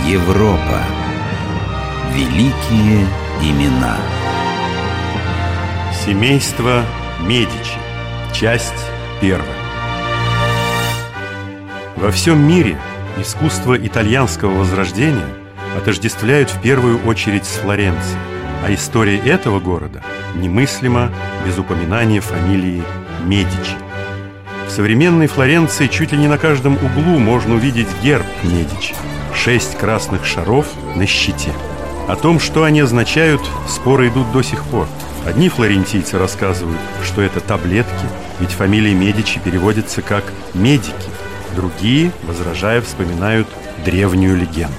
Европа. Великие имена. Семейство Медичи. Часть первая. Во всем мире искусство итальянского возрождения отождествляют в первую очередь с Флоренцией, а история этого города немыслима без упоминания фамилии Медичи. В современной Флоренции чуть ли не на каждом углу можно увидеть герб Медичи – 6 красных шаров на щите. О том, что они означают, споры идут до сих пор. Одни флорентийцы рассказывают, что это таблетки, ведь фамилия Медичи переводится как «медики». Другие, возражая, вспоминают древнюю легенду.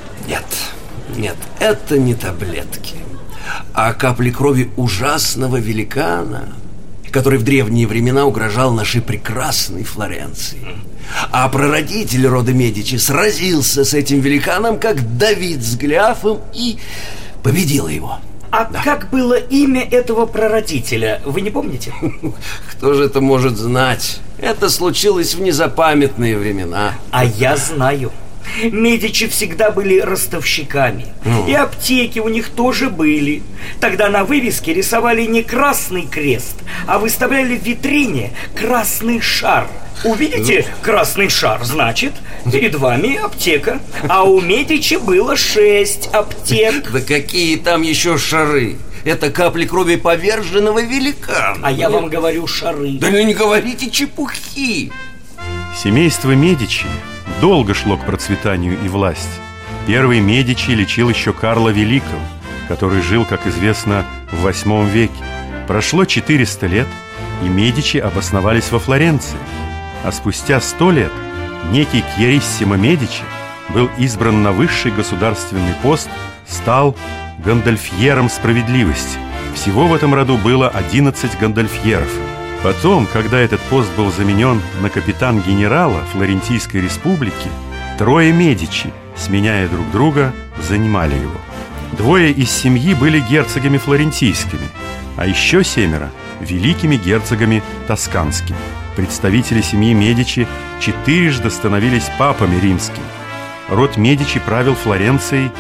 Нет, это не таблетки, а капли крови ужасного великана, который в древние времена угрожал нашей прекрасной Флоренции. А прародитель рода Медичи сразился с этим великаном, как Давид с Голиафом, и победил его. Да. Как было имя этого прародителя, вы не помните? Кто же это может знать? Это случилось в незапамятные времена. А я знаю. Медичи всегда были ростовщиками. И аптеки у них тоже были. Тогда на вывеске рисовали не красный крест, а выставляли в витрине красный шар. Увидите красный шар, значит, перед вами аптека. А у Медичи было 6 аптек. Да какие там еще шары? Это капли крови поверженного великана. А я вам говорю шары. Да не говорите чепухи. Семейство Медичи долго шло к процветанию и власти. Первый Медичи лечил еще Карла Великого, который жил, как известно, в VIII веке. Прошло 400 лет, и Медичи обосновались во Флоренции. А спустя 100 лет некий Кьяриссимо Медичи был избран на высший государственный пост, стал гондольфьером справедливости. Всего в этом роду было 11 гондольфьеров. Потом, когда этот пост был заменен на капитан-генерала Флорентийской республики, 3 Медичи, сменяя друг друга, занимали его. 2 из семьи были герцогами флорентийскими, а еще 7 – великими герцогами тосканскими. Представители семьи Медичи 4 становились папами римскими. Род Медичи правил Флоренцией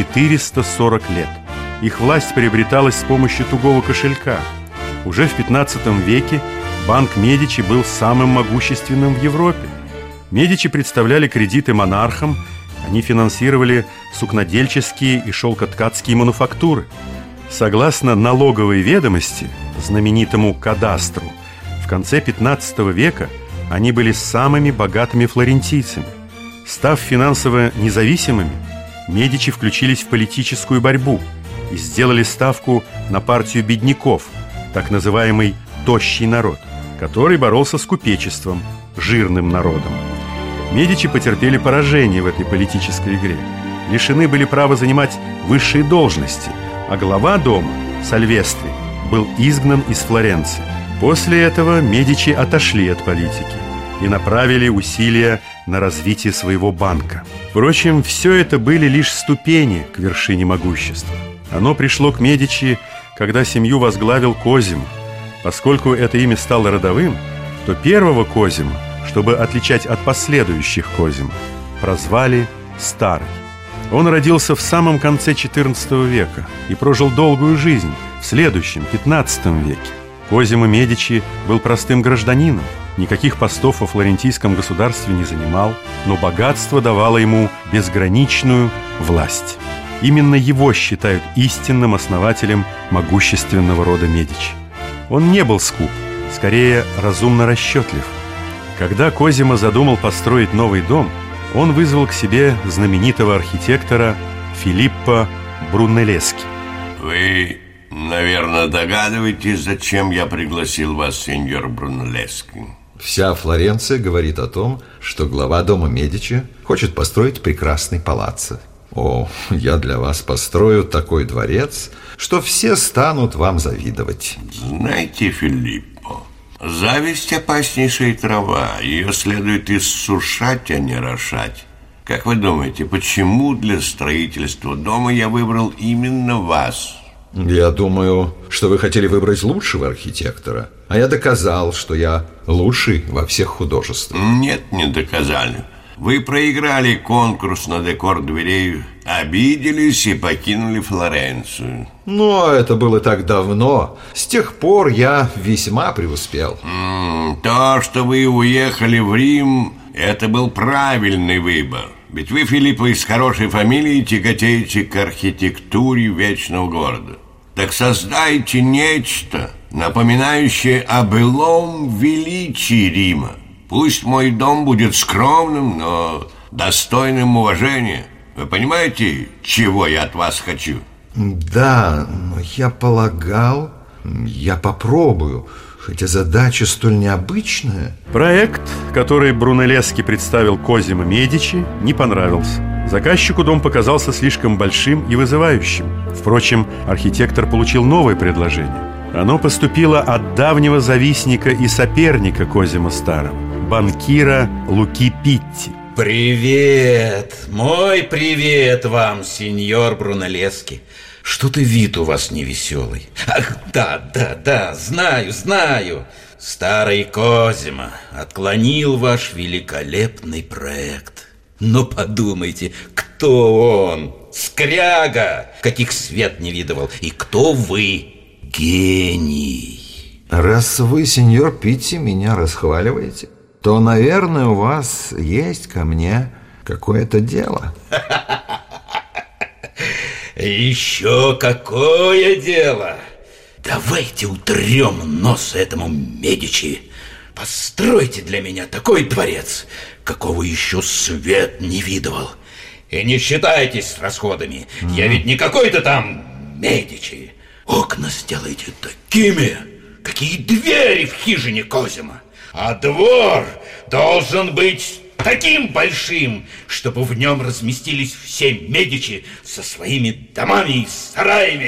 440 лет. Их власть приобреталась с помощью тугого кошелька. Уже в 15 веке банк Медичи был самым могущественным в Европе. Медичи представляли кредиты монархам, они финансировали сукнодельческие и шелкоткацкие мануфактуры. Согласно налоговой ведомости, знаменитому кадастру, в конце 15 века они были самыми богатыми флорентийцами. Став финансово независимыми, Медичи включились в политическую борьбу и сделали ставку на партию бедняков, так называемый «тощий народ», который боролся с купечеством, жирным народом. Медичи потерпели поражение в этой политической игре. Лишены были права занимать высшие должности, а глава дома, Сальвестри, был изгнан из Флоренции. После этого Медичи отошли от политики и направили усилия на развитие своего банка. Впрочем, все это были лишь ступени к вершине могущества. Оно пришло к Медичи, когда семью возглавил Козимо. Поскольку это имя стало родовым, то первого Козимо, чтобы отличать от последующих Козимо, прозвали Старый. Он родился в самом конце XIV века и прожил долгую жизнь в следующем, XV веке. Козимо Медичи был простым гражданином, никаких постов во флорентийском государстве не занимал, но богатство давало ему безграничную власть. Именно его считают истинным основателем могущественного рода Медичи. Он не был скуп, скорее разумно расчетлив. Когда Козимо задумал построить новый дом, он вызвал к себе знаменитого архитектора Филиппо Брунеллески. Вы, наверное, догадываетесь, зачем я пригласил вас, сеньор Брунеллески? Вся Флоренция говорит о том, что глава дома Медичи хочет построить прекрасный палаццо. О, я для вас построю такой дворец, что все станут вам завидовать. Знаете, Филиппо, зависть опаснейшая трава. Ее следует иссушать, а не рошать. Как вы думаете, почему для строительства дома я выбрал именно вас? Я думаю, что вы хотели выбрать лучшего архитектора. А я доказал, что я лучший во всех художествах. Нет, не доказали. Вы проиграли конкурс на декор дверей, обиделись и покинули Флоренцию. Но это было так давно. С тех пор я весьма преуспел. То, что вы уехали в Рим, это был правильный выбор. Ведь вы, Филиппо, из хорошей фамилии тяготеете к архитектуре вечного города. Так создайте нечто, напоминающее о былом величии Рима. Пусть мой дом будет скромным, но достойным уважения. Вы понимаете, чего я от вас хочу? Да, но я полагал, я попробую, хотя задача столь необычная. Проект, который Брунеллески представил Козимо Медичи, не понравился. Заказчику дом показался слишком большим и вызывающим. Впрочем, архитектор получил новое предложение. Оно поступило от давнего завистника и соперника Козимо Старого, банкира Луки Питти. Привет! Мой привет вам, сеньор Брунеллески. Что-то вид у вас невеселый. Ах, да, знаю. Старый Козимо отклонил ваш великолепный проект. Но подумайте, кто он? Скряга, каких свет не видывал. И кто вы? Гений. Раз вы, сеньор Питти, меня расхваливаете, то, наверное, у вас есть ко мне какое-то дело. Еще какое дело! Давайте утрем нос этому Медичи. Постройте для меня такой дворец, какого еще свет не видывал. И не считайтесь с расходами. Я ведь не какой-то там Медичи. Окна сделайте такими, какие двери в хижине Козимо. А двор должен быть таким большим, чтобы в нем разместились все Медичи со своими домами и сараями.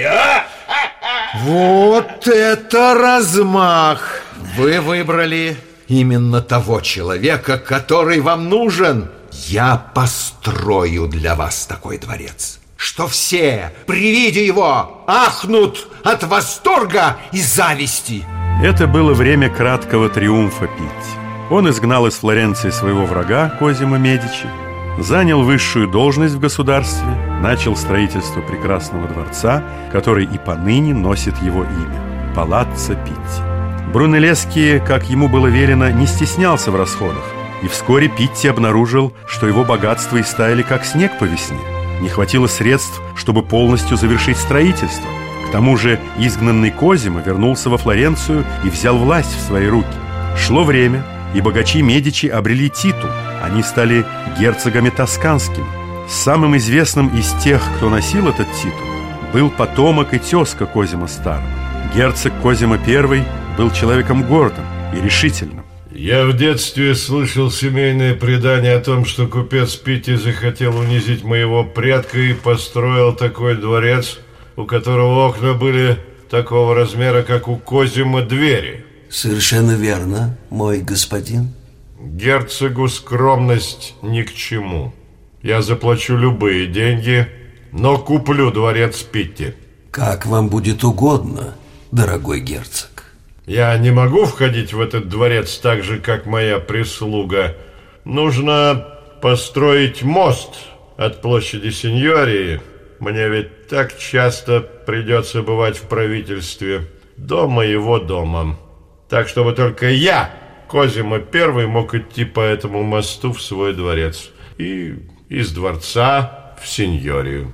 Вот это размах! Вы выбрали именно того человека, который вам нужен. Я построю для вас такой дворец, что все при виде его ахнут от восторга и зависти. Это было время краткого триумфа Питти. Он изгнал из Флоренции своего врага Козимо Медичи, занял высшую должность в государстве, начал строительство прекрасного дворца, который и поныне носит его имя – Палаццо Питти. Брунеллески, как ему было велено, не стеснялся в расходах, и вскоре Питти обнаружил, что его богатства истаяли как снег по весне. Не хватило средств, чтобы полностью завершить строительство. К тому же изгнанный Козимо вернулся во Флоренцию и взял власть в свои руки. Шло время, и богачи Медичи обрели титул. Они стали герцогами тосканскими. Самым известным из тех, кто носил этот титул, был потомок и тезка Козимо Старого. Герцог Козимо I был человеком гордым и решительным. Я в детстве слышал семейное предание о том, что купец Питти захотел унизить моего предка и построил такой дворец, у которого окна были такого размера, как у Козимо двери. Совершенно верно, мой господин. Герцогу скромность ни к чему. Я заплачу любые деньги, но куплю дворец Питти. Как вам будет угодно, дорогой герцог. Я не могу входить в этот дворец так же, как моя прислуга. Нужно построить мост от площади Синьории. Мне ведь так часто придется бывать в правительстве до моего дома. Так, чтобы только я, Козимо I, мог идти по этому мосту в свой дворец. И из дворца в Синьорию.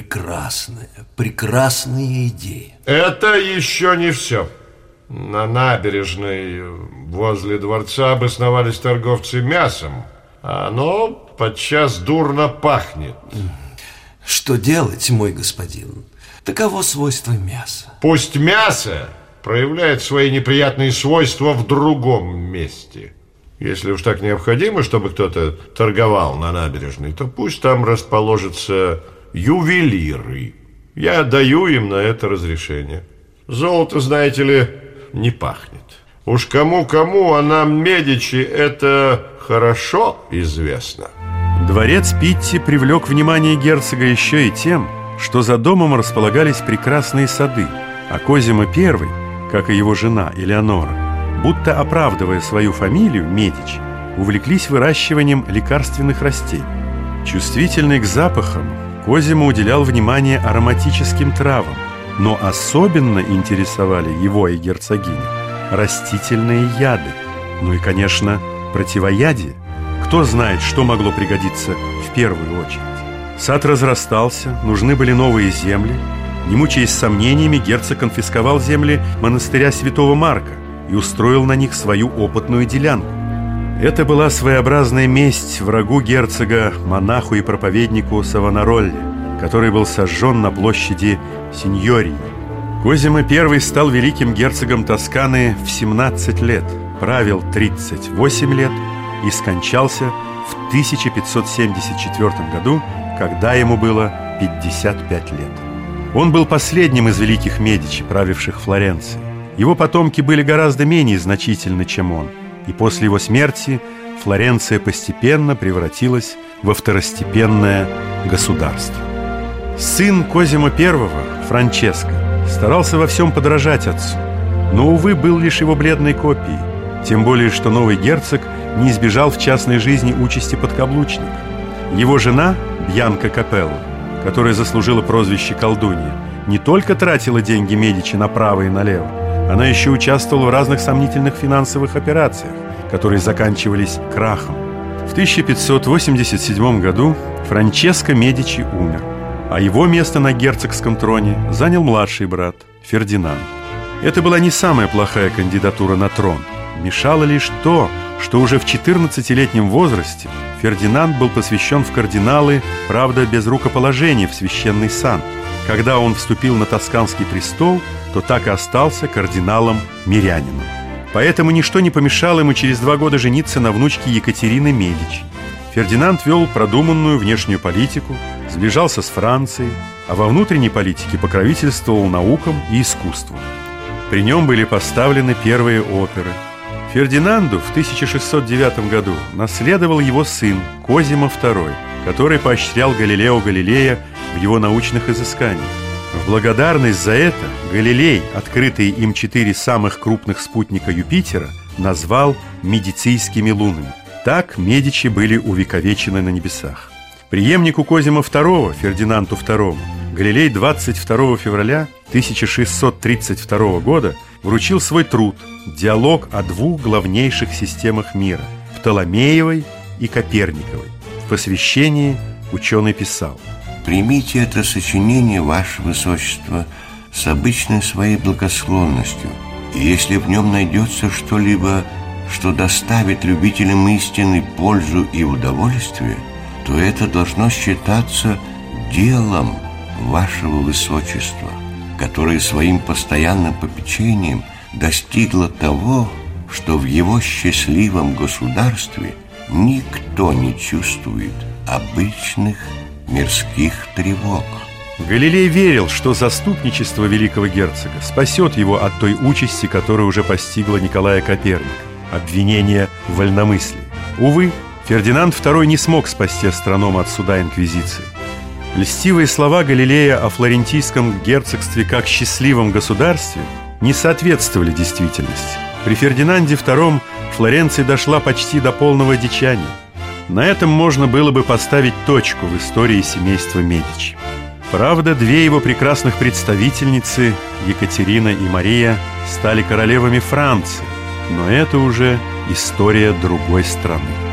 Прекрасная идея. Это еще не все. На набережной возле дворца обосновались торговцы мясом. А оно подчас дурно пахнет. Что делать, мой господин? Таково свойство мяса. Пусть мясо проявляет свои неприятные свойства в другом месте. Если уж так необходимо, чтобы кто-то торговал на набережной, то пусть там расположатся ювелиры. Я даю им на это разрешение. Золото, знаете ли, не пахнет. Уж кому-кому, а нам, Медичи, это хорошо известно. Дворец Питти привлек внимание герцога еще и тем, что за домом располагались прекрасные сады, а Козимо I, как и его жена Элеонора, будто оправдывая свою фамилию Медичи, увлеклись выращиванием лекарственных растений. Чувствительный к запахам, Козимо уделял внимание ароматическим травам, но особенно интересовали его и герцогиню растительные яды, ну и, конечно, противоядие. Кто знает, что могло пригодиться в первую очередь. Сад разрастался, нужны были новые земли. Не мучаясь сомнениями, герцог конфисковал земли монастыря Святого Марка и устроил на них свою опытную делянку. Это была своеобразная месть врагу герцога, монаху и проповеднику Савонаролле, который был сожжен на площади Синьории. Козимо I стал великим герцогом Тосканы в 17 лет, правил 38 лет и скончался в 1574 году, когда ему было 55 лет. Он был последним из великих Медичи, правивших Флоренцией. Его потомки были гораздо менее значительны, чем он, и после его смерти Флоренция постепенно превратилась во второстепенное государство. Сын Козимо I, Франческо, старался во всем подражать отцу, но, увы, был лишь его бледной копией, тем более, что новый герцог не избежал в частной жизни участи подкаблучника. Его жена, Бьянка Капелло, которая заслужила прозвище «Колдунья», не только тратила деньги Медичи направо и налево, она еще участвовала в разных сомнительных финансовых операциях, которые заканчивались крахом. В 1587 году Франческо Медичи умер, а его место на герцогском троне занял младший брат Фердинанд. Это была не самая плохая кандидатура на трон. Мешало лишь то, что уже в 14-летнем возрасте Фердинанд был посвящен в кардиналы, правда, без рукоположения в священный сан. Когда он вступил на тосканский престол, то так и остался кардиналом-мирянином. Поэтому ничто не помешало ему через 2 года жениться на внучке Екатерины Медичи. Фердинанд вел продуманную внешнюю политику, сближался с Францией, а во внутренней политике покровительствовал наукам и искусству. При нем были поставлены первые оперы. Фердинанду в 1609 году наследовал его сын Козимо II, который поощрял Галилео Галилея в его научных изысканиях. В благодарность за это Галилей, открытые им 4 самых крупных спутника Юпитера, назвал медицийскими лунами. Так Медичи были увековечены на небесах. Преемнику Козимо II, Фердинанду II, Галилей 22 февраля 1632 года вручил свой труд «Диалог о 2 главнейших системах мира» – Птоломеевой и Коперниковой. В посвящении ученый писал: «Примите это сочинение, Ваше Высочество, с обычной своей благосклонностью, и если в нем найдется что-либо, что доставит любителям истины пользу и удовольствие, то это должно считаться делом Вашего Высочества, которое своим постоянным попечением достигло того, что в его счастливом государстве никто не чувствует обычных мирских тревог». Галилей верил, что заступничество великого герцога спасет его от той участи, которая уже постигла Николая Коперника – обвинения в вольномыслии. Увы, Фердинанд II не смог спасти астронома от суда инквизиции. Льстивые слова Галилея о флорентийском герцогстве как счастливом государстве не соответствовали действительности. При Фердинанде II Флоренция дошла почти до полного одичания. На этом можно было бы поставить точку в истории семейства Медичи. Правда, 2 его прекрасных представительницы, Екатерина и Мария, стали королевами Франции, но это уже история другой страны.